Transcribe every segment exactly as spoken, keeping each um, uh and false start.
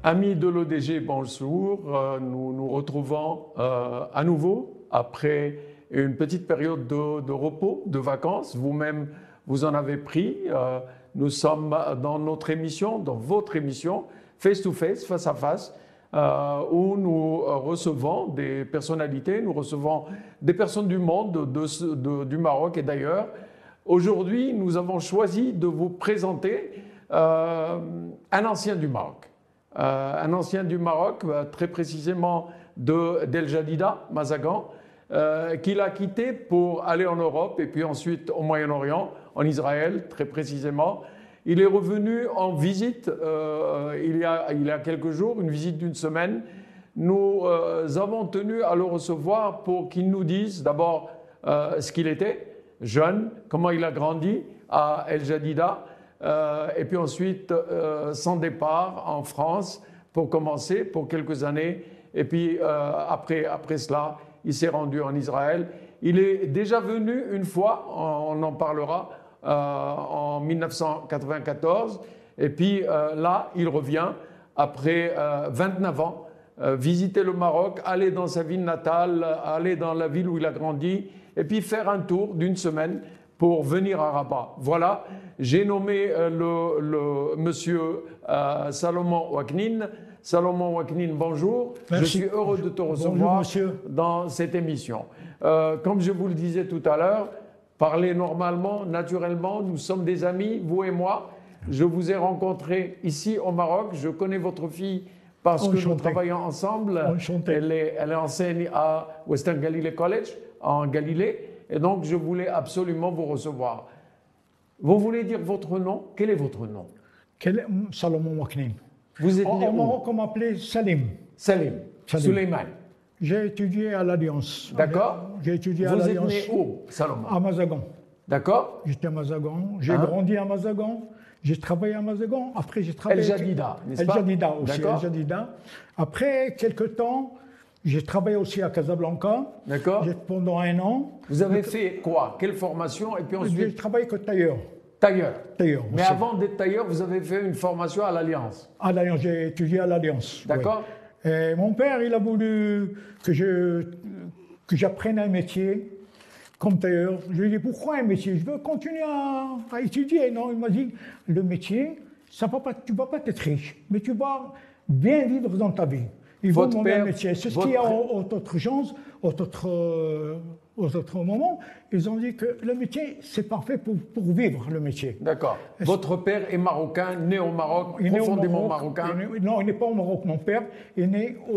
Amis de l'O D G, bonjour. Euh, nous nous retrouvons euh, à nouveau après une petite période de, de repos, de vacances. Vous-même, vous en avez pris. Euh, nous sommes dans notre émission, dans votre émission, Face to Face, face à face, euh, où nous recevons des personnalités, nous recevons des personnes du monde, de, de, du Maroc et d'ailleurs. Aujourd'hui, nous avons choisi de vous présenter euh, un ancien du Maroc. Euh, un ancien du Maroc, euh, très précisément de d'El Jadida, Mazagan, euh, qu'il a quitté pour aller en Europe et puis ensuite au Moyen-Orient, en Israël très précisément. Il est revenu en visite euh, il, y a, il y a quelques jours, une visite d'une semaine. Nous euh, avons tenu à le recevoir pour qu'il nous dise d'abord euh, ce qu'il était, jeune, comment il a grandi à El Jadida. Euh, et puis ensuite, euh, son départ en France pour commencer, pour quelques années. Et puis euh, après, après cela, il s'est rendu en Israël. Il est déjà venu une fois, on en parlera, euh, en mille neuf cent quatre-vingt-quatorze. Et puis euh, là, il revient après euh, vingt-neuf ans, euh, visiter le Maroc, aller dans sa ville natale, aller dans la ville où il a grandi, et puis faire un tour d'une semaine pour venir à Rabat. Voilà, j'ai nommé euh, le, le monsieur euh, Salomon Ouaknine. Salomon Ouaknine, bonjour. Merci. Je suis heureux de te recevoir bonjour, dans cette émission. Euh, comme je vous le disais tout à l'heure, parler normalement, naturellement, nous sommes des amis, vous et moi. Je vous ai rencontré ici au Maroc, je connais votre fille parce Enchanté. que nous travaillons ensemble. Enchanté. Elle, est, elle enseigne à Western Galilee College, en Galilée. Et donc, je voulais absolument vous recevoir. Vous voulez dire votre nom? Quel est votre nom? Quel est Salomon Ouaknine. Vous êtes En, né en où? Maroc, on m'appelait Salim. Salim. Salim. Suleiman. J'ai étudié à l'Alliance. D'accord. J'ai étudié à Vous êtes l'Alliance. né où, Salomon? À Mazagan. D'accord. J'étais à Mazagan. J'ai Hein? grandi à Mazagan. J'ai travaillé à Mazagan. Après, j'ai travaillé. El Jadida, n'est-ce El pas? Jadida aussi. D'accord. El Jadida. Après quelques temps, j'ai travaillé aussi à Casablanca. D'accord. J'ai- Pendant un an. Vous avez fait quoi? Quelle formation? Et puis J'ai ensuite, travaillé que tailleur. tailleur. Tailleur Mais aussi. avant d'être tailleur, vous avez fait une formation à l'Alliance. À l'Alliance, j'ai étudié à l'Alliance. D'accord. Oui. Et mon père, il a voulu que je que j'apprenne un métier comme tailleur. Je lui ai dit pourquoi un métier? Je veux continuer à, à étudier. Non, il m'a dit le métier, ça va pas, tu vas pas être riche, mais tu vas bien vivre dans ta vie. Il faut Votre demander un père- métier. C'est ce votre qu'il y a père- aux, aux autres gens, aux autres, euh, aux autres moments. Ils ont dit que le métier, c'est parfait pour, pour vivre le métier. D'accord. Votre père est marocain, né au Maroc, Il est né au profondément Maroc. marocain. Il est né- non, il n'est pas au Maroc, mon père. Il est né au,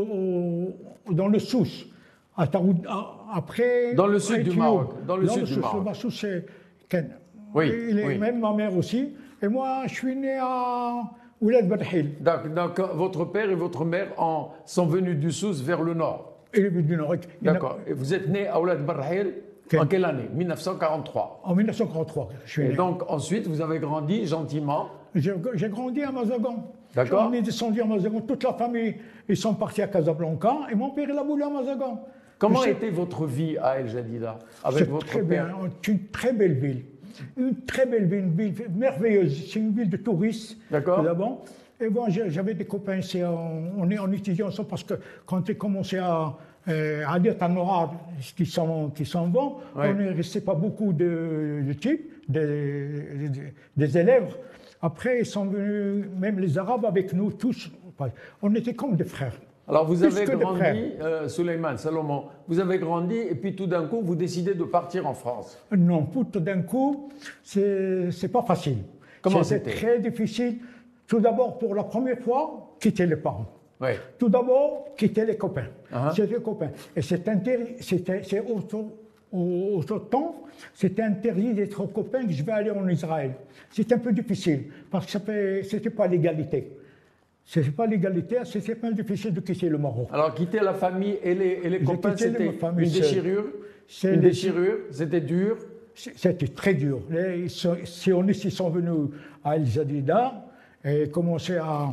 au- dans le Sousse, à Taroud, à- après. Dans le sud du Ethiopie. Maroc, dans le sud du Sousse. Maroc. Le Sousse, c'est Ken. Oui, Il est, oui. Même ma mère aussi. Et moi, je suis né à Ouled Badhil. Donc, donc, votre père et votre mère en, sont venus du Sousse vers le nord. Il est du Nord. Il a- D'accord. Et vous êtes né à Oulad Barhel Quel- en quelle année? mille neuf cent quarante-trois. En mille neuf cent quarante-trois, je suis Et né. donc, ensuite, vous avez grandi gentiment. J'ai j'ai grandi à Mazagan. D'accord. On est descendu à Mazagan. Toute la famille, ils sont partis à Casablanca. Et mon père, il a voulu à Mazagan. Comment Je sais- était votre vie à El Jadida avec C'est votre très père? bien. C'est une très belle ville. Une très belle ville, une ville merveilleuse. C'est une ville de touristes. D'accord. Là-bas. Et bon, j'ai- j'avais des copains ici. On, on est en étudiant ensemble parce que quand j'ai commencé à, euh, à dire à Nora qui s'en qui s'en vont, Ouais. on n'est resté pas beaucoup de, de types, des, des- des élèves. Après, ils sont venus, même les Arabes avec nous, tous. On était comme des frères. Alors, vous Plus avez que des grandi, frères. euh, Suleiman, Salomon, vous avez grandi et puis tout d'un coup, vous décidez de partir en France. Non, tout d'un coup, c'est c'est pas facile. Comment C'était c'était? très difficile. Tout d'abord, pour la première fois, quitter les parents. Oui. Tout d'abord, quitter les copains. Uh-huh. C'est les copains. Et c'est interdit, c'était, c'est autant, au, au temps, c'était interdit d'être copain que je vais aller en Israël. C'est un peu difficile, parce que ça fait, c'était pas l'égalité. C'était pas l'égalité, c'était pas difficile de quitter le Maroc. Alors, quitter la famille et les, et les J'ai copains, quitté c'était ma famille une seule. déchirure? C'est Une les- déchirure? C'était dur? C'était très dur. Les sionistes ils sont venus à El Jadida et commençaient à,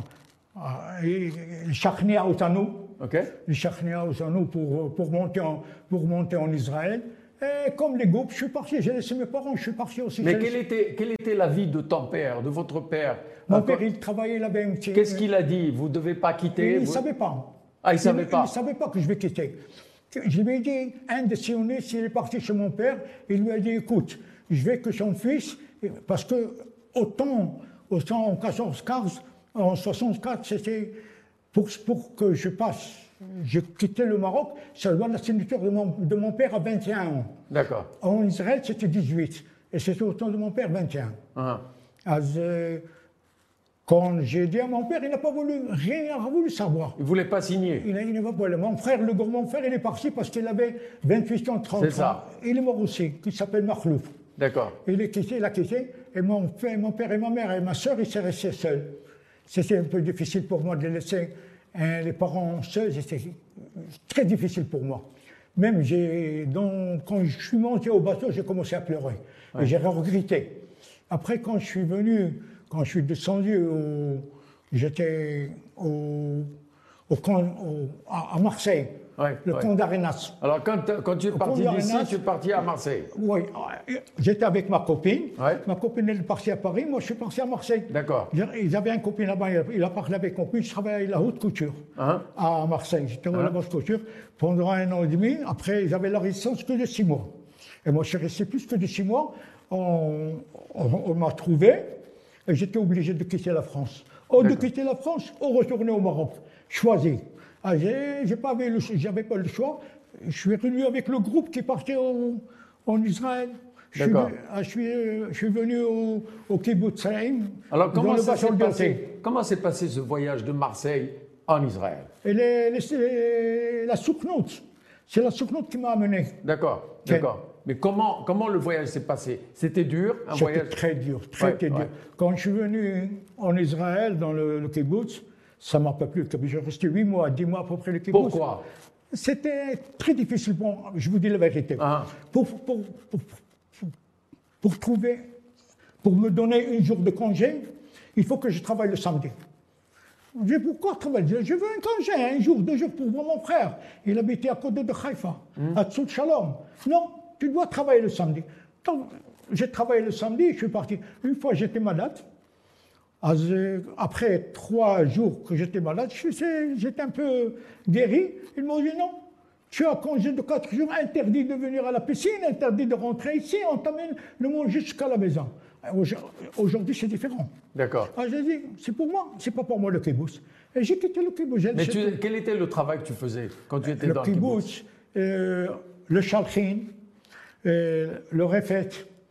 à et- et Chachnia Otanou, OK. les Chachnia Otanou pour, pour, monter en, pour monter en Israël. Et comme les groupes, je suis parti, j'ai laissé mes parents, je suis parti aussi. Mais quelle était, quelle était la vie de ton père, de votre père? Mon père, il travaillait, il avait un petit... Qu'est-ce qu'il a dit? Vous ne devez pas quitter? Il ne vous... savait pas. Ah, il ne savait pas? Il ne savait pas que je vais quitter. Je lui ai dit, un des sionistes, il est parti chez mon père, il lui a dit, écoute, je veux que son fils, parce que autant, autant en quatorze quinze, en soixante-quatre, c'était pour, pour que je passe, je quittais le Maroc, ça doit la signature de mon, de mon père à vingt et un ans. D'accord. En Israël, c'était dix-huit, et c'était au temps de mon père, vingt et un. Uh-huh. As, euh, Quand j'ai dit à mon père, il n'a pas voulu, rien n'a voulu savoir. Il ne voulait pas signer? Il n'a pas voulu. Mon frère, le grand frère, il est parti parce qu'il avait vingt-huit ans, trente ans. C'est ça. Il est mort aussi, qui s'appelle Marlouf. D'accord. Il est quitté, il a quitté, et mon père, mon père et ma mère et ma soeur, ils s'est restés seuls. C'était un peu difficile pour moi de laisser hein, les parents seuls, c'était très difficile pour moi. Même j'ai, donc, quand je suis monté au bateau, j'ai commencé à pleurer. Ouais. Et j'ai regretté. Après, quand je suis venu... Quand je suis descendu, j'étais au, au camp, au, à, à Marseille, ouais, le ouais. camp d'Arenas. Alors quand, quand tu es parti d'ici, tu es parti à Marseille? Oui, j'étais avec ma copine. Ouais. Ma copine elle est partie à Paris, moi je suis parti à Marseille. D'accord. Ils avaient un copain là-bas, il a parlé avec mon fils, je travaillais à la haute couture uh-huh. à Marseille. J'étais uh-huh. à la haute couture pendant un an et demi. Après, ils avaient la licence que de six mois. Et moi je suis resté plus que de six mois. On, on, on m'a trouvé. Et j'étais obligé de quitter la France. Ou de quitter la France, ou retourner au Maroc. Choisi. Ah, j'ai pas le, j'avais pas le choix. Je suis revenu avec le groupe qui partait au, en Israël. Je suis, je, suis, je suis venu au, au Kibbutz Haim. Alors comment ça s'est passé? Comment s'est passé ce voyage de Marseille en Israël? Et les, les, les, la Souknout. C'est la Souknout qui m'a amené. D'accord, d'accord. Mais comment, comment le voyage s'est passé? C'était dur, un voyage? C'était très dur, très, ouais, très dur. Ouais. Quand je suis venu en Israël, dans le, le kibbutz, ça ne m'a pas plu. Je suis resté huit mois, dix mois à peu près le kibbutz. Pourquoi? C'était très difficile, bon, je vous dis la vérité. Ah. Pour, pour, pour, pour, pour trouver, pour me donner un jour de congé, il faut que je travaille le samedi. Je dis, pourquoi travailler? Je veux un congé, un jour, deux jours pour voir mon frère. Il habitait à côté de Haïfa, mmh. à Tsout Shalom. Non, tu dois travailler le samedi. Donc, j'ai travaillé le samedi, je suis parti. Une fois, j'étais malade. Après trois jours que j'étais malade, j'étais un peu guéri. Ils m'ont dit non, tu as congé de quatre jours, interdit de venir à la piscine, interdit de rentrer ici, on t'amène le manger jusqu'à la maison. Aujourd'hui, c'est différent. D'accord. Ah, j'ai dit, c'est pour moi, c'est pas pour moi le kibbutz. Et j'ai quitté le kibbutz. Mais tu, quel était le travail que tu faisais quand tu étais le dans kibbutz, le kibbutz? euh, Le shalchin, euh, le refet,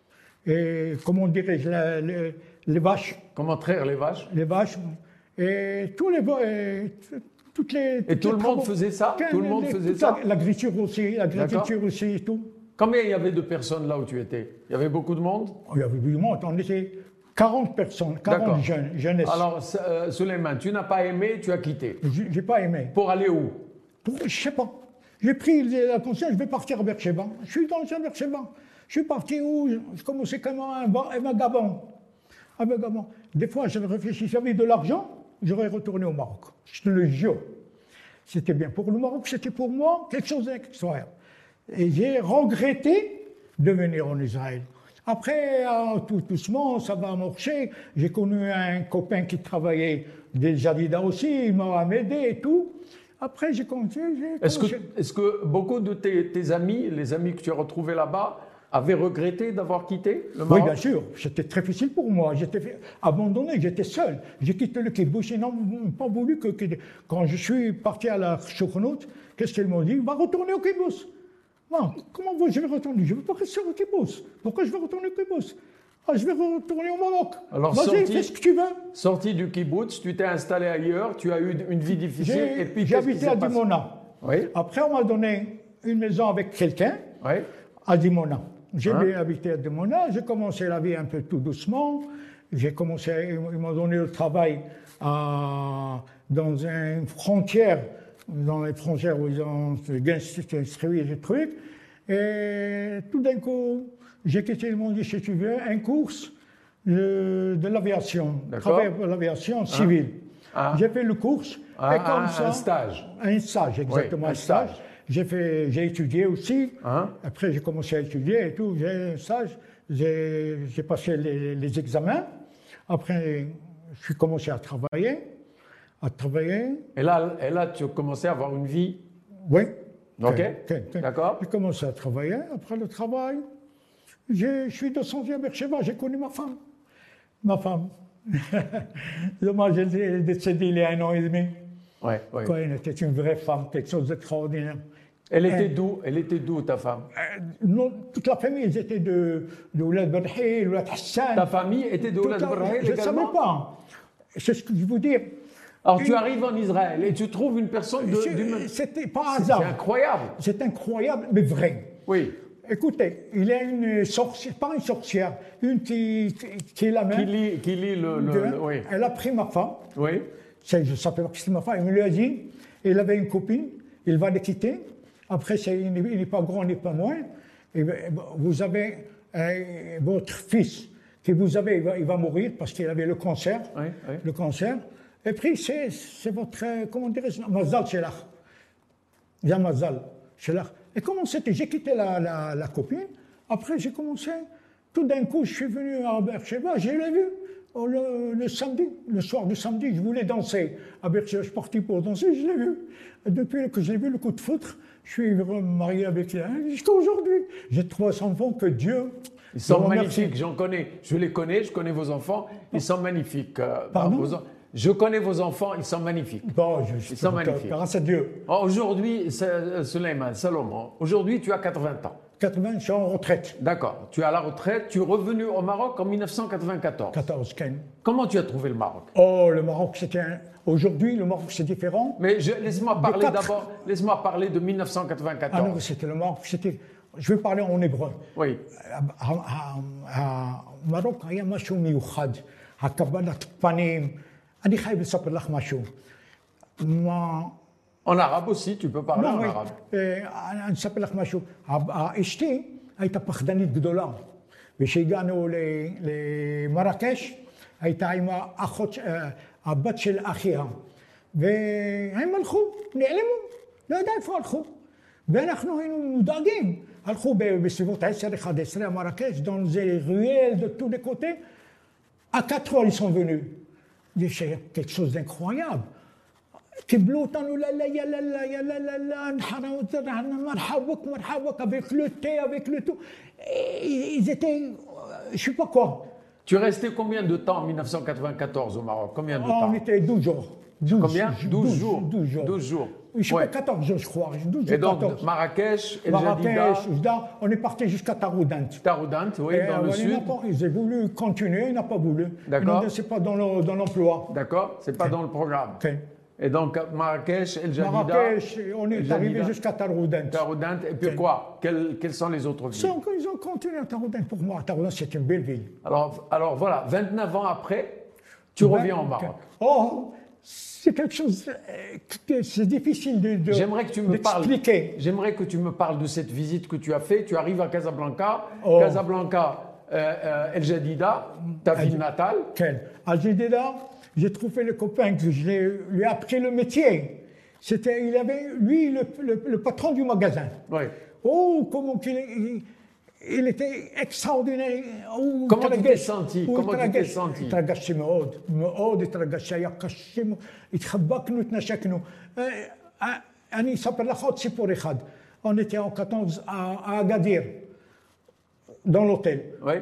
et comment dirais-je, les, les vaches. Comment traire les vaches? Les vaches, et tous les... Et, toutes les et tout les le travaux, monde faisait ça? Tout le monde faisait ça? L'agriculture aussi, l'agriculture aussi et tout. Combien il y avait de personnes là où tu étais? Il y avait beaucoup de monde? Il y avait beaucoup de monde, on était quarante personnes, quarante jeunes, jeunesse. Alors, euh, Souleymane, tu n'as pas aimé, tu as quitté? J'ai pas aimé. Pour aller où? Pour, je sais pas. J'ai pris la conscience, je vais partir à Beersheba. Je suis dans le Beersheba. Je suis parti où? Je commençais comme un, un vagabond. Un vagabond. Des fois, je réfléchis, si j'avais de l'argent, j'aurais retourné au Maroc. Je te le jure. C'était bien. Pour le Maroc, c'était pour moi quelque chose d'extraordinaire. Et j'ai regretté de venir en Israël. Après, tout doucement, ça va marcher. J'ai connu un copain qui travaillait des Jadida aussi, il m'a aidé et tout. Après, j'ai continué. Est-ce que, est-ce que beaucoup de tes, tes amis, les amis que tu as retrouvés là-bas, avaient regretté d'avoir quitté le Maroc? Oui, bien sûr. C'était très difficile pour moi. J'étais abandonné, j'étais seul. J'ai quitté le kibbutz. Ils n'ont pas voulu que, que... Quand je suis parti à la Chouknout, qu'est-ce qu'ils m'ont dit? Va retourner au kibbutz. Non, comment je vais retourner? Je ne veux pas rester au kibbutz. Pourquoi je vais retourner au kibbutz? Ah, je vais retourner au Maroc. Alors, vas-y, fais ce que tu veux. Sorti du kibbutz, tu t'es installé ailleurs, tu as eu une vie difficile. Et puis, j'ai habité à Dimona. Oui. Après, on m'a donné une maison avec quelqu'un oui. à Dimona. J'ai hein? bien habité à Dimona. J'ai commencé la vie un peu tout doucement. J'ai commencé, ils m'ont donné le travail à, dans une frontière, dans les frontières où ils ont instruit des trucs. Et tout d'un coup, j'ai quitté, ils m'ont dit, si tu veux, un course de, de l'aviation, travail pour l'aviation civile. Ah. J'ai fait le course, ah, et comme ah, ça... Un stage. Un stage, exactement, oui, un un stage. stage. j'ai fait, j'ai étudié aussi. Hein? Après, j'ai commencé à étudier et tout. J'ai un stage, j'ai j'ai passé les, les examens. Après, je suis commencé à travailler, à travailler. Et là, et là, tu as commencé à avoir une vie. Oui. Ok. Okay, okay, okay. D'accord. J'ai commencé à travailler. Après le travail, je suis descendu à Beersheba. J'ai connu ma femme. Ma femme. Dommage, elle est décédée il y a un an et demi. Ouais, ouais. Quoi, elle était une vraie femme, quelque chose d'extraordinaire. Elle était d'où? Elle était d'où, ta femme? Euh, non, toute la famille, ils étaient de, de Oulad Berhil, Oulad Hassan. Ta famille était de Oulad Berhil Je ne savais également? pas. C'est ce que je veux dire. Alors, Une- tu arrives en Israël et tu trouves une personne de, C'est- d'une... C'était pas C'est hasard. c'est incroyable. C'est incroyable, mais vrai. Oui. Écoutez, il y a une sorcière, pas une sorcière, une qui, qui, qui est la main. Qui lit, qui lit le... le- de- le- oui. Elle a pris ma femme. Oui. C'est- Je ne savais pas que c'était ma femme. Elle me l'a dit. Il avait une copine. Il va la quitter. Après, c'est- il n'est il n'est pas grand, il n'est pas moins. Et ben, vous avez euh, votre fils que vous avez, il va, il va mourir parce qu'il avait le cancer. Oui, oui. Le cancer. Et puis, c'est c'est votre, euh, comment dirais-je, Mazal Shelach. Bien Mazal Shelach. Et comment c'était? J'ai quitté la, la, la copine. Après, j'ai commencé. Tout d'un coup, je suis venu à Beersheba, je l'ai vu. Oh, Le, le samedi, le soir du samedi, je voulais danser. À Beersheba, je suis parti pour danser, je l'ai vu. Et depuis que je l'ai vu, le coup de foudre, je suis marié avec elle jusqu'à aujourd'hui. J'ai trois enfants que Dieu. Ils sont je remercie. magnifiques, j'en connais. Je les connais, je connais vos enfants. Ils sont magnifiques. euh, Pardon? vos en- Je connais vos enfants, ils sont magnifiques. Bon, je, Ils sont magnifiques. Grâce à Dieu. Oh, aujourd'hui, c'est- euh, Suleiman, Salomon, aujourd'hui tu as quatre-vingts ans. quatre-vingts, je suis en retraite. D'accord. Tu es à la retraite, tu es revenu au Maroc en mille neuf cent quatre-vingt-quatorze. quatorze, quinze. Comment tu as trouvé le Maroc? Oh, le Maroc, c'était un... Aujourd'hui, le Maroc, c'est différent. Mais je- laisse-moi parler quatre- d'abord, laisse-moi parler de mille neuf cent Ah non, quatre-vingt-quatorze. c'était le Maroc, c'était... Je vais parler en hébreu. Oui. המרוק היה משהו מיוחד, הקבלת פנים, אני חייב לספר לך משהו. מה... En arabe aussi, tu peux parler en לא, arabe. אה, אני אספר לך משהו. אשתי הייתה פחדנית גדולה, וכשהגענו ל- למרקש, הייתה עם האחות, אה, הבת של אחיה, והם הלכו, נעלמו, לא יודע איפה הלכו. ואנחנו היינו מודאגים. הלכו ב- בסביבות עשר אחת עשרה à Marrakech, dans les ruelles de tous les côtés. À quatre heures, ils sont venus. C'est quelque chose d'incroyable. קיבלו אותנו, לה לה יא לה לה יא לה לה לה, מרחבוק, מרחבוק, avec le thé, avec le tout. Et ils étaient, je sais pas quoi. Tu es resté combien de temps en mille neuf cent quatre-vingt-quatorze au Maroc? Combien de temps? On était douze jours. douze, Combien? douze jours. douze jours. douze jours. Oui, je sais Ouais. pas, quatorze jours, je crois. douze Et ou donc, quatorze. Marrakech, El Jadida, Marrakech, Oujda, on est parti jusqu'à Taroudant. Taroudant, oui, Et, dans euh, le il sud. n'a pas- Ils ont voulu continuer, il n'a pas voulu. D'accord. Il n'a- C'est pas dans le- dans l'emploi. D'accord? C'est pas dans le programme. Ok. Et donc, Marrakech, El Jadida, Marrakech, on est El arrivé Jadida, jusqu'à Taroudant. Taroudant, et puis Ok. quoi? Quelles, quelles sont les autres villes? Ils ont, ils ont continué à Taroudant pour moi. Taroudant, c'est une belle ville. Alors, alors voilà, vingt-neuf ans après, tu reviens au Maroc. Oh, c'est quelque chose. euh, que c'est difficile de, de J'aimerais que tu me parles. d'expliquer. J'aimerais que tu me parles de cette visite que tu as fait. Tu arrives à Casablanca, Oh. Casablanca, euh, euh, El Jadida, ta ville natale. Quel À Jadida, j'ai trouvé le copain que je l'ai- lui ai appris le métier. C'était, il avait, lui, le, le- le patron du magasin. Oui. Oh, comment qu'il est- il, il était extraordinaire. Oh, Comment tu ترقش. t'es senti? Oh, Comment tu t'es ترقش. senti? ترقش מאוד, מאוד התרגש, היה קשה, מאוד. התחבקנו, התנשקנו. אה, אה, אני אספר לך עוד סיפור אחד. On était en quatorze à, à Agadir, dans l'hôtel. Oui.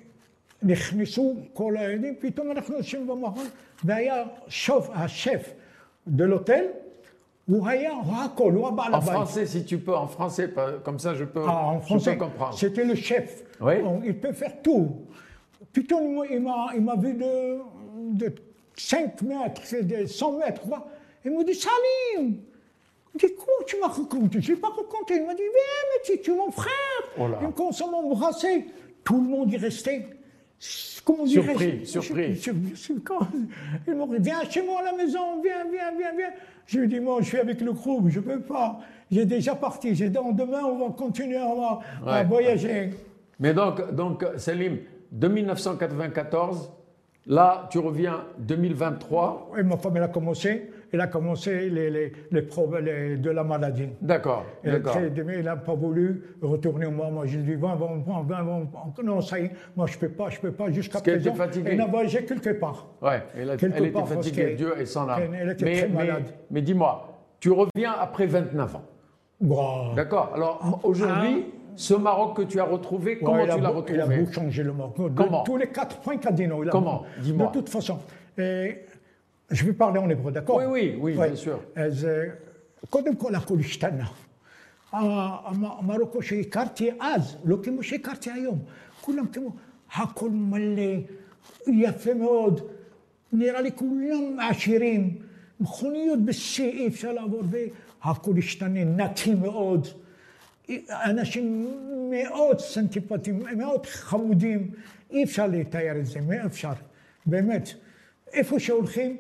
ונכנסו כל הילדים, פתאום אנחנו יושבים במחוז, והיה שוף, השף de l'hôtel, הוא היה, הוא הכל, הוא הבעל En הבית. français, si tu peux, en français, pas- comme ça je peux, Ah, en je français, peux comprendre. c'était le chef. Oui. On- il peut faire tout. Putain, il m'a- il m'a, il m'a vu de, de cinq mètres, de cent mètres, quoi. Il m'a dit, Salim, je dis, quoi tu m'as raconté? Je ne l'ai pas raconté. Il m'a dit, viens, mais tu, tu es mon frère. Oh là. Il me commence à m'embrasser. Tout le monde y restait. Comment dire Surpris, surpris. Sur- sur- quand- Il m'a dit, viens chez moi à la maison, viens, viens, viens, viens. Je lui ai dit, moi, je suis avec le groupe, je ne peux pas. J'ai déjà parti. J'ai dit, demain, on va continuer à, à Ouais, voyager. Mais donc, donc, Salim, de mille neuf cent quatre-vingt-quatorze, là, tu reviens deux mille vingt-trois. Et ma femme, elle a commencé. il a commencé les, les, les problèmes de la maladie. D'accord. Il n'a pas voulu retourner au Maroc. Moi, j'ai dit, vingt, vingt, vingt, vingt, non, ça y est, moi, je ne peux pas, je peux pas, jusqu'à présent. Elle n'a voyagé quelque part. Ouais, elle, a, quelque elle était part, fatiguée, Dieu et son âme. Elle était mais, très mais, malade. Mais dis-moi, tu reviens après vingt-neuf ans. Wow. D'accord. Alors, aujourd'hui, ah. ce Maroc que tu as retrouvé, comment ouais, tu l'as retrouvé? Il a beaucoup changé le Maroc. De, comment? Tous les quatre points Cadino. Comment? Dis-moi. De toute façon. Et, je vais parler en hébreu, d'accord? Oui, oui, oui, ouais. bien sûr. קודם כל הכל השתנה. המרוקו שהכרתי אז, לא כמו שהכרתי היום. כולם כמו, הכל מלא, יפה מאוד, נראה לי כולם עשירים, מכוניות בשיא, אי אפשר לעבור, והכל השתנה, נקי מאוד. אנשים מאוד סנטיפטיים, מאוד חמודים, אי אפשר לתאר את זה, מה אפשר? באמת. איפה שהולכים,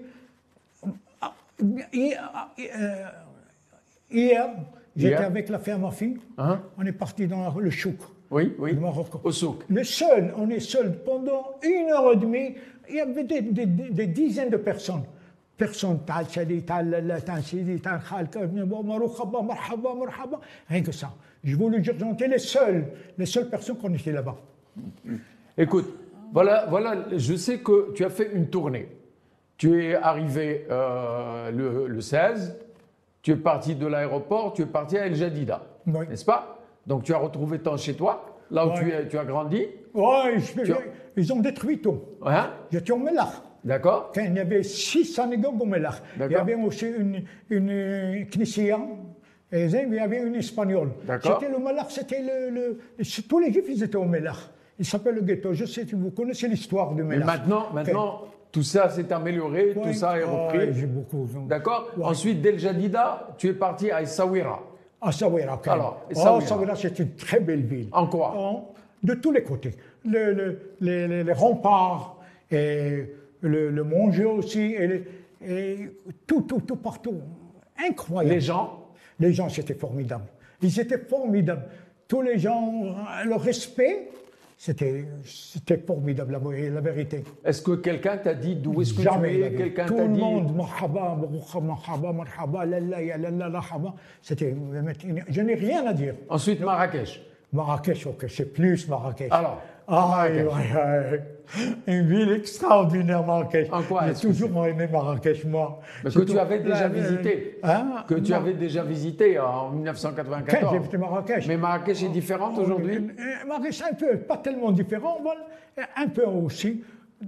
hier, j'étais avec la ferme à filles, uh-huh. on est parti dans le chouk. Oui, oui, le Maroc. Au souk. Le seul, on est seul pendant une heure et demie, il y avait des, des, des, des dizaines de personnes. Personne, tal chadi, tal tal chadi, tal khalka, marhaba, marhaba, marhaba, rien que ça. Je voulais dire, on était les seuls, les seules personnes qu'on était là-bas. Écoute, voilà, voilà, je sais que tu as fait une tournée. Tu es arrivé euh, le, le seize, tu es parti de l'aéroport, tu es parti à El Jadida, oui. n'est-ce pas? Donc tu as retrouvé ton chez toi, là où oui. tu, es, tu as grandi. Oui, je, as... ils ont détruit tout. Hein? J'étais au Melach. D'accord. Quand il y avait six synagogues au Melach. Il y avait aussi une, une Knessia, et il y avait une espagnole. D'accord. C'était le Melach, c'était le, le, tous les Juifs, ils étaient au Melach. Il s'appelle le ghetto. Je sais, vous connaissez l'histoire du Melach. Mais maintenant, maintenant okay. tout ça s'est amélioré, oui. tout ça est repris. Oui, j'ai beaucoup. D'accord. Oui. Ensuite, d'El Jadida, tu es parti à Essaouira. À Essaouira, okay. Alors, Essaouira, oh, Essaouira, c'est une très belle ville. En quoi? En, de tous les côtés. Le, le, les, les, les remparts, et le, le manger aussi, et, les, et tout, tout, tout partout. Incroyable. Les gens? Les gens, c'était formidable. Ils étaient formidables. Tous les gens, le respect. C'était, c'était formidable, la, la vérité. Est-ce que quelqu'un t'a dit d'où est-ce que Jamais tu es? Quelqu'un Tout t'a le dit... monde, marhaba, marhaba, marhaba, lalla, ya lalla, marhaba. C'était, je n'ai rien à dire. Ensuite, Marrakech. Marrakech, ok, c'est plus Marrakech. Alors, ah, Marrakech. Ouais, ouais. Une ville extraordinaire, Marrakech. En quoi? J'ai toujours aimé Marrakech, moi. Mais que tu avais déjà visité. Hein? Que tu Mar... avais déjà visité en mille neuf cent quatre-vingt-quatorze. Quand j'ai visité Marrakech. Mais Marrakech est différente oh, aujourd'hui? Marrakech, un peu, pas tellement différent, un peu aussi.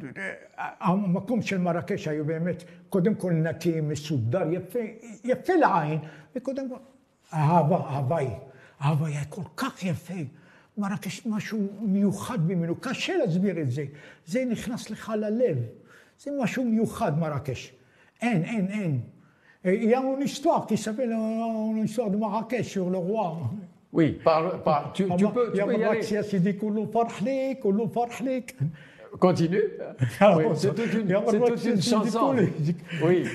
المكان شال مراكش أيوة بيمت قدم كل نكيم السودار يفي يفي العين قدم هذا هذاي هذا يكون كاك يفي مراكش משהו מיוחד ממנו, קשה להסביר את זה, זה נכנס לך ללב, זה משהו מיוחד מרקש, אין, אין, אין. Il y a une histoire qui s'appelle une histoire de Marrakech sur le roi. Oui, par, par, tu, tu peux, tu peux y aller. Continue. Oui, c'est toute une, c'est toute une chanson. Oui.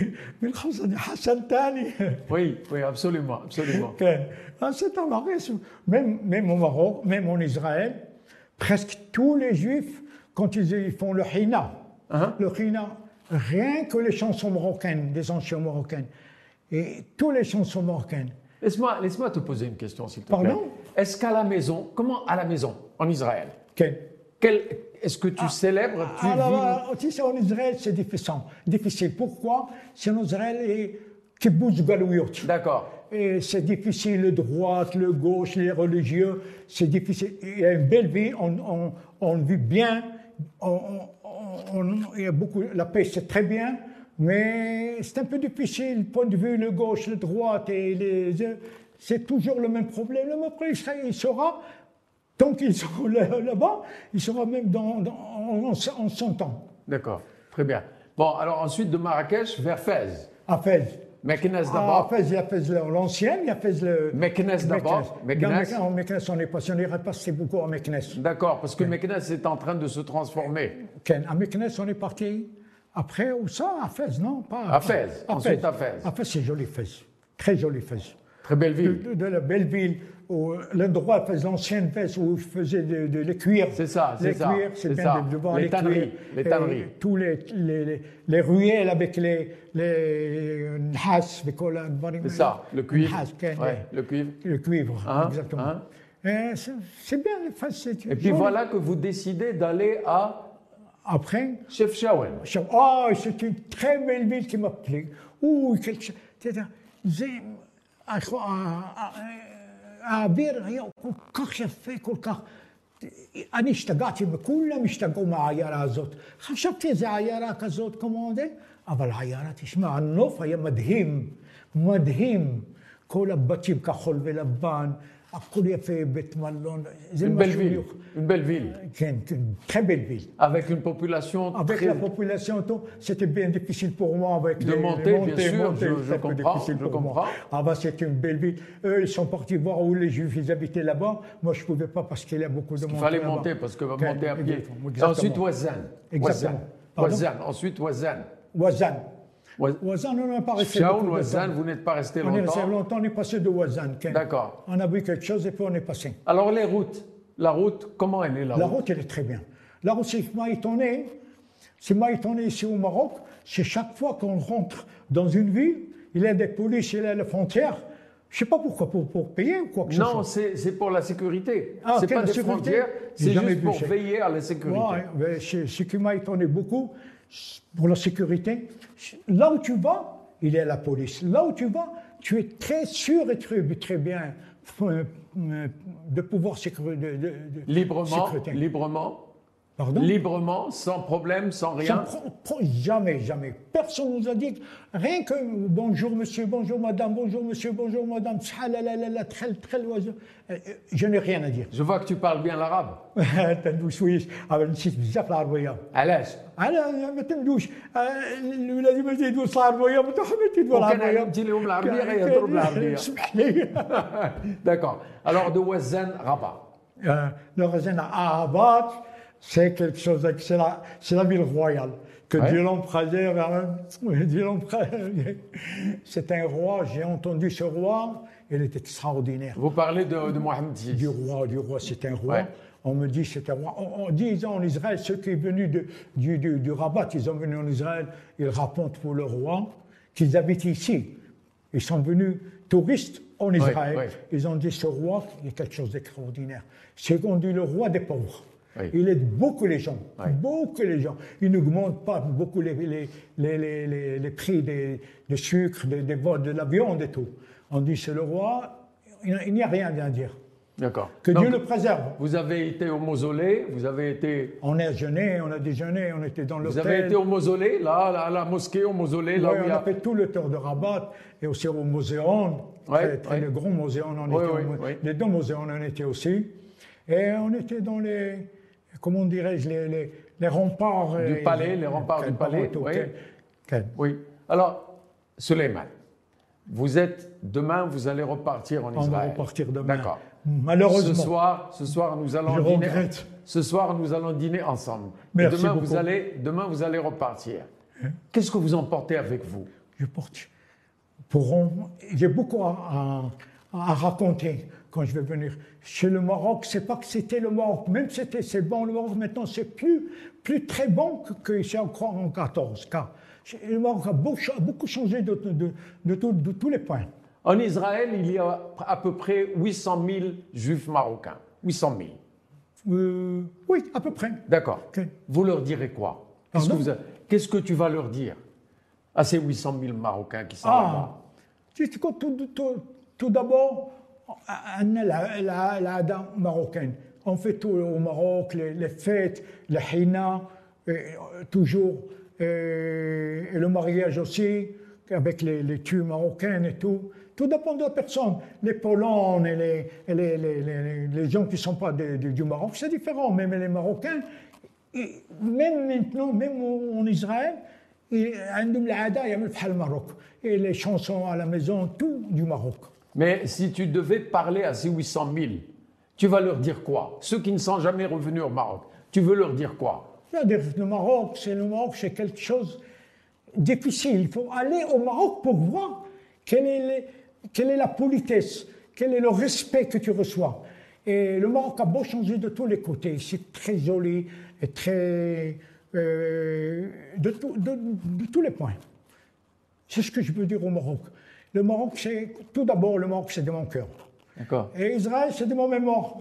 Oui, oui, absolument, absolument. C'est un Maroc, même, même au Maroc, même en Israël, presque tous les Juifs, quand ils font le Hina, uh-huh. le Hina, rien que les chansons marocaines, des chansons marocaines, et tous les chansons marocaines. Laisse-moi, laisse-moi te poser une question, s'il te Pardon? plaît. Est-ce qu'à la maison, comment à la maison, en Israël, Quel? Quel, est-ce que tu ah, célèbres, tu alors, vis... Alors, en Israël, c'est difficile. difficile. Pourquoi? C'est en Israël et kibbutz galouyot. D'accord. Et c'est difficile, le droite, le gauche, les religieux, c'est difficile. Il y a une belle vie, on, on, on vit bien, on, on, il y a beaucoup, la paix, c'est très bien, mais c'est un peu difficile, point de vue, le gauche, le droite, et les, c'est toujours le même problème. Le même problème, il sera... Tant qu'ils sont là-bas, ils seront même dans, dans, en, en cent ans. D'accord, très bien. Bon, alors ensuite de Marrakech vers Fès. À Fès. Meknès d'abord. À Fès, il y a Fès l'ancienne, il y a Fès le... Meknès d'abord. Meknès. En Meknès, on est passé, on est repassé beaucoup à Meknès. D'accord, parce que Meknès est en train de se transformer. Ken, à Meknès, on est parti après, où ça? À Fès, non? Pas à Fès, ensuite à Fès. À Fès, c'est joli Fès. Très joli Fès. Très belle ville. De, de la belle ville, l'endroit faisait l'ancienne veste où je faisais de, de, les cuirs. C'est ça, c'est ça. Cuirs, c'est bien ça. de, de voir les, les tanneries, cuirs. Les tanneries. Tous les, les, les, les ruelles avec les, les nhas, c'est ça, le cuivre. Nhas, ouais, le cuivre. Le cuivre, hein, exactement. Hein. C'est bien. Enfin, Et puis joli. Voilà que vous décidez d'aller à... Après Chefchaouen. Oh, c'est une très belle ville qui m'a plu. Ouh, quelque chose. زي عبير هي كل شفي كل كخ أنا اشتقعت كلهم اشتقوا مع عيارات زوت خشبت زي عيارات زوت كمودي أبى العيارات إيش مع النوف هي مدهيم مدهيم كل بتيم كخل بلبان أقول في بيت مالون une belle ville une belle ville une très belle ville avec une population avec très... la population c'était bien difficile pour moi avec de les, monter les montées, bien sûr monter, je, je comprends je comprends ah bah c'est une belle ville eux ils sont partis voir où les juifs ils habitaient là-bas moi je pouvais pas parce qu'il y a beaucoup de monde il fallait monter parce que okay, monter à pied exactement. Ensuite Ouazzane exactement Ouazzane ensuite Ouazzane Ouazzane Ouazzane, on n'a pas resté beaucoup de Ouazzane, vous n'êtes pas resté longtemps. On est resté longtemps, on est passé de Ouazzane. D'accord. On a vu quelque chose et puis on est passé. Alors les routes, la route, comment elle est la route La route, elle est très bien. La route, c'est m'a étonné, c'est m'a étonné ici au Maroc, c'est chaque fois qu'on rentre dans une ville, il y a des polices, il y a la frontière. Je ne sais pas pourquoi, pour, pour payer ou quoi que ce soit. Non, c'est pour la sécurité. Ah, c'est pas des sécurité? frontières, c'est juste pour ça. veiller à la sécurité. Ouais, ce qui m'a étonné beaucoup, pour la sécurité, là où tu vas, il y a la police. Là où tu vas, tu es très sûr et très, très bien de pouvoir sécuriser. De, de, de librement, sécurité. librement. Pardon? Librement, sans problème, sans rien. Sans, jamais, jamais. Personne ne nous a dit, rien que bonjour monsieur, bonjour madame, bonjour monsieur, bonjour madame, très, très loisir. Je n'ai rien à dire. Je vois que tu parles bien l'arabe. تندوش أنا نسيت بزاف العربية. علاش؟ أنا ما تندوش الولاد ما تيدوش العربية ما تحب تدوي العربية. وكان علمتي لهم العربية غيهضروا بالعربية. اسمح لي. D'accord. Alors de Ouazzane, Rabat. De Ouazzane à Rabat, c'est quelque chose d'excellent. C'est la ville royale. Que ouais. Dieu l'empruntait, Dieu l'empruntait. C'est un roi, j'ai entendu ce roi, il était extraordinaire. Vous parlez de, de Mohamed six. Du roi, du roi, c'est un roi. Ouais. On me dit c'est un roi. On, on dit en Israël, ceux qui sont venus de, du, du, du Rabat, ils sont venus en Israël, ils racontent pour le roi qu'ils habitent ici. Ils sont venus touristes en Israël. Ouais, ouais. Ils ont dit ce roi, il y a quelque chose d'extraordinaire. C'est qu'on dit le roi des pauvres. Oui. Il aide beaucoup les gens, oui. beaucoup les gens. Il n'augmente pas beaucoup les, les, les, les, les prix des, des sucres, des, des, de la viande et tout. On dit c'est le roi, il n'y a rien à dire. D'accord. Que Donc, Dieu le préserve. Vous avez été au mausolée, vous avez été... On a jeûné, on a déjeuné, on était dans l'hôtel. Vous avez été au mausolée, là, à la mosquée, au mausolée, là oui, où on il y a... a... fait tout le tour de Rabat et aussi au muséon, ouais, très, très ouais. le grand muséon, on ouais, était ouais, au... ouais. les deux muséons, on en était aussi. Et on était dans les... Comment dirais-je, les, les, les remparts... Du et, palais, les remparts du palais, tout, oui. Quel, quel. Oui. Alors, Suleiman, vous êtes... Demain, vous allez repartir en Israël. On va repartir demain. D'accord. Malheureusement. Ce soir, ce soir, nous allons Je dîner... regrette. Ce soir, nous allons dîner ensemble. Merci demain, beaucoup. Vous allez, demain, vous allez repartir. Hein? Qu'est-ce que vous emportez avec vous? Je porte... Pour... J'ai beaucoup à, à, à raconter quand je vais venir. Chez le Maroc, c'est pas que c'était le Maroc, même si c'était c'est bon le Maroc, maintenant c'est plus, plus très bon que c'est encore en quatorze. Car le Maroc a beaucoup, beaucoup changé de, de, de, de, tout, de tous les points. En Israël, il y a à peu près huit cent mille juifs marocains. huit cent mille. Euh, oui, à peu près. D'accord. Okay. Vous leur direz quoi? Qu'est-ce que, vous a... Qu'est-ce que tu vas leur dire à ces huit cent mille Marocains qui sont ah, là-bas? Tout, tout, tout d'abord, l'Ada marocaine. On fait tout au Maroc, les, les fêtes, le hina, toujours, et, et le mariage aussi, avec les, les tues marocaines et tout. Tout dépend de la personne. Les Polonais et les, et les, les, les, les gens qui ne sont pas de, de, du Maroc, c'est différent. Même les Marocains, et même maintenant, même en Israël, et les chansons à la maison, tout du Maroc. Mais si tu devais parler à ces huit cent mille, tu vas leur dire quoi? Ceux qui ne sont jamais revenus au Maroc, tu veux leur dire quoi? Le Maroc, c'est le Maroc, c'est quelque chose de difficile. Il faut aller au Maroc pour voir quel est quelle est la politesse, quel est le respect que tu reçois. Et le Maroc a beau changer de tous les côtés, c'est très joli et très... Euh, de, tout, de, de tous les points. C'est ce que je peux dire au Maroc. Le Maroc, c'est... Tout d'abord, le Maroc, c'est de mon cœur. D'accord. Et Israël, c'est de mon mémoire.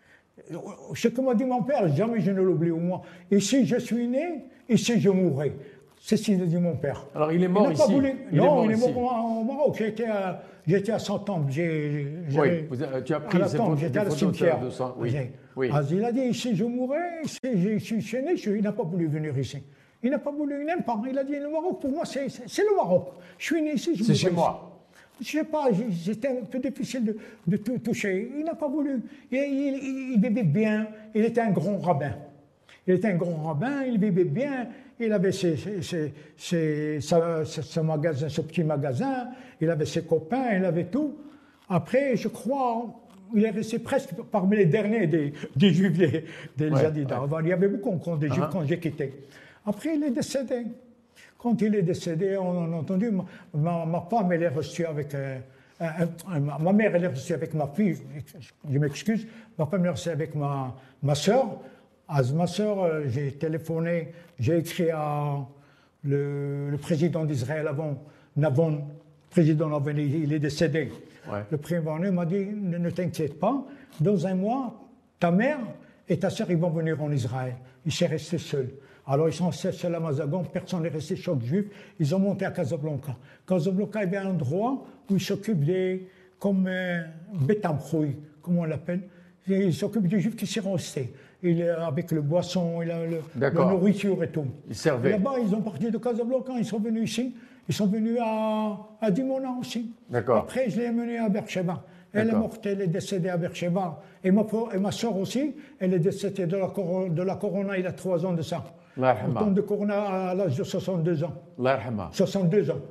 Ce que m'a dit mon père, jamais je ne l'oublie au moins. Ici, je suis né, ici, je mourrai. C'est ce qu'il a dit mon père. Alors, il est mort il ici. Voulu... Il non, est mort il est ici. mort au Maroc. J'étais à, j'étais à Centambe. J'ai, oui, vous, tu as pris ces photos, j'étais à la photos cimetière. de sang. Oui. Oui. Ah, il a dit, ici, je mourrai, ici, je suis né, il n'a pas voulu venir ici. Il n'a pas voulu, il n'aime pas. Il a dit, le Maroc, pour moi, c'est, c'est, c'est le Maroc. Je suis né ici, je C'est mourrai chez ici. moi. Je ne sais pas, c'était un peu difficile de, de tout toucher. Il n'a pas voulu. Il, il, il vivait bien. Il était un grand rabbin. Il était un grand rabbin, il vivait bien. Il avait ses, ses, ses, ses, sa, sa magasin, ce petit magasin. Il avait ses copains, il avait tout. Après, je crois, il est resté presque parmi les derniers des, des Juifs, des, des ouais, Jadida. Ouais. Il y avait beaucoup des Juifs uh-huh. quand j'ai quitté. Après, il est décédé. Quand il est décédé, on a entendu, ma, ma, ma femme, elle est reçue avec... Euh, un, un, ma mère, elle est reçue avec ma fille, je m'excuse, ma femme est reçue avec ma, ma soeur. À ma soeur, euh, j'ai téléphoné, j'ai écrit à le, le président d'Israël avant, Navon, président Navon, il est décédé. Ouais. Le président m'a dit, ne, ne t'inquiète pas, dans un mois, ta mère et ta soeur, ils vont venir en Israël. Il s'est resté seul. Alors ils sont seuls à Mazagon, personne n'est resté choc juif, ils ont monté à Casablanca. Casablanca, il y avait un endroit où ils s'occupent des, comme euh, Betamchoui, comme on l'appelle, ils s'occupent des juifs qui s'y restés. Il, avec le boisson, il a le, la nourriture et tout. Ils servaient. Et là-bas, ils ont parti de Casablanca, ils sont venus ici, ils sont venus à, à Dimona aussi. D'accord. Après, je l'ai amenée à Beersheba. Elle est morte, elle est décédée à Beersheba. Et ma, et ma soeur aussi, elle est décédée de la, de la corona il y a trois ans de ça. Elle tombe de corona à l'âge de soixante-deux ans. soixante-deux ans.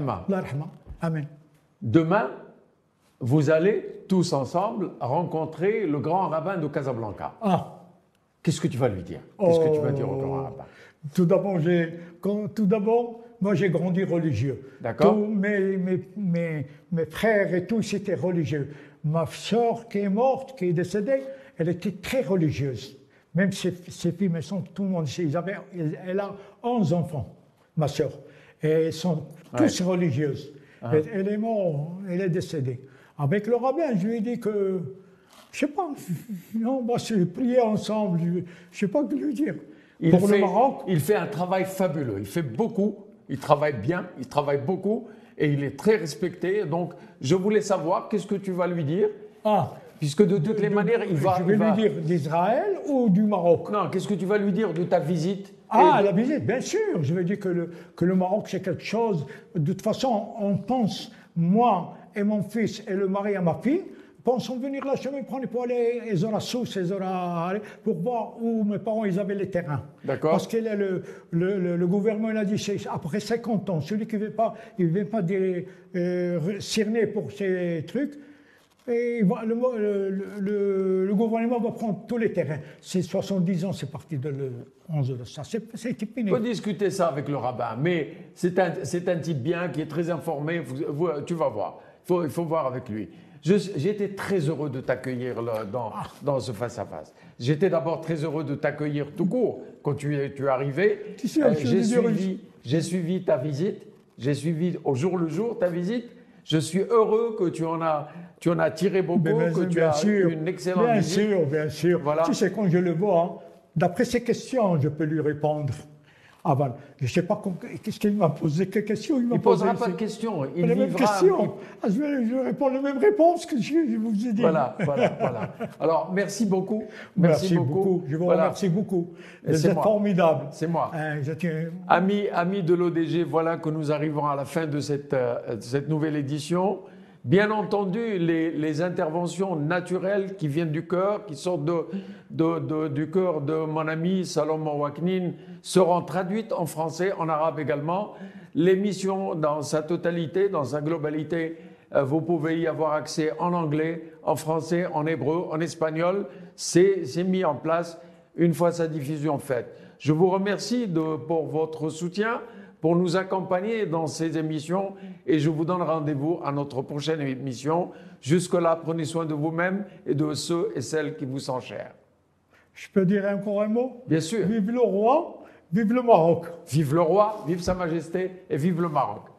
Amen. Demain, vous allez tous ensemble rencontrer le grand rabbin de Casablanca. Ah. Qu'est-ce que tu vas lui dire? Qu'est-ce oh, que tu vas dire au grand rabbin? Tout d'abord, j'ai, quand, tout d'abord, moi j'ai grandi religieux. D'accord. Tous mes, mes, mes, mes frères et tout, c'était religieux. Ma soeur qui est morte, qui est décédée, elle était très religieuse. Même ses, ses filles, mais sont, tout le monde ici, ils avaient, elle a onze enfants, ma soeur. Et elles sont tous ouais. religieuses. Ah. Elle, elle est morte, elle est décédée. Avec le rabbin, je lui ai dit que, je sais pas, on va se prier ensemble, je ne sais pas que lui dire. Il Pour fait, le Maroc. Il fait un travail fabuleux, il fait beaucoup, il travaille bien, il travaille beaucoup et il est très respecté. Donc, je voulais savoir, qu'est-ce que tu vas lui dire? Ah. Puisque de toutes les de, manières, il va... Je vais il lui va... dire d'Israël ou du Maroc? Non, qu'est-ce que tu vas lui dire de ta visite? Ah, et... la visite, bien sûr. Je vais dire que le, que le Maroc, c'est quelque chose... De toute façon, on pense, moi et mon fils et le mari à ma fille, pensons venir là, je me prendre pour aller à Zorassous, pour voir où mes parents ils avaient les terrains. D'accord. Parce que là, le, le, le, le gouvernement il a dit, c'est après cinquante ans, celui qui ne veut pas, il veut pas des, euh, cerner pour ces trucs, et le, le, le, le gouvernement va prendre tous les terrains. C'est soixante-dix ans, c'est parti de le onze de ça. C'est fini. On peut discuter ça avec le rabbin, mais c'est un, c'est un type bien qui est très informé. Vous, vous, tu vas voir. Il faut, il faut voir avec lui. J'étais très heureux de t'accueillir dans, dans ce face-à-face. J'étais d'abord très heureux de t'accueillir tout court quand tu es, tu es arrivé. Euh, J'ai suivi, suivi ta visite. J'ai suivi au jour le jour ta visite. Je suis heureux que tu en as, tu en as tiré beaucoup, bien, que tu as sûr, eu une excellente bien visite. Bien sûr, bien sûr. Voilà. Tu sais, quand je le vois, hein, d'après ses questions, je peux lui répondre. Ah ben, je ne sais pas qu'est-ce qu'il m'a posé, quelle question il m'a posé. Il ne posera pas de questions, il la vivra... même question. Ah, je, vais, je vais répondre la même réponse que je, je vous ai dit. Voilà, voilà, voilà. Alors, merci beaucoup. Merci, merci beaucoup. beaucoup. Je vous voilà. remercie beaucoup. Vous êtes formidable. C'est moi. Euh, tiens... Amis, amis de l'O D G, voilà que nous arrivons à la fin de cette, euh, cette nouvelle édition. Bien entendu, les, les interventions naturelles qui viennent du cœur, qui sortent de, de, de, du cœur de mon ami Salomon Waknin, seront traduites en français, en arabe également. L'émission dans sa totalité, dans sa globalité, euh, vous pouvez y avoir accès en anglais, en français, en hébreu, en espagnol. C'est mis en place une fois sa diffusion faite. Je vous remercie de, pour votre soutien, pour nous accompagner dans ces émissions. Et je vous donne rendez-vous à notre prochaine émission. Jusque-là, prenez soin de vous-même et de ceux et celles qui vous sont chers. Je peux dire encore un mot? Bien sûr. Vive le roi, vive le Maroc. Vive le roi, vive Sa Majesté et vive le Maroc.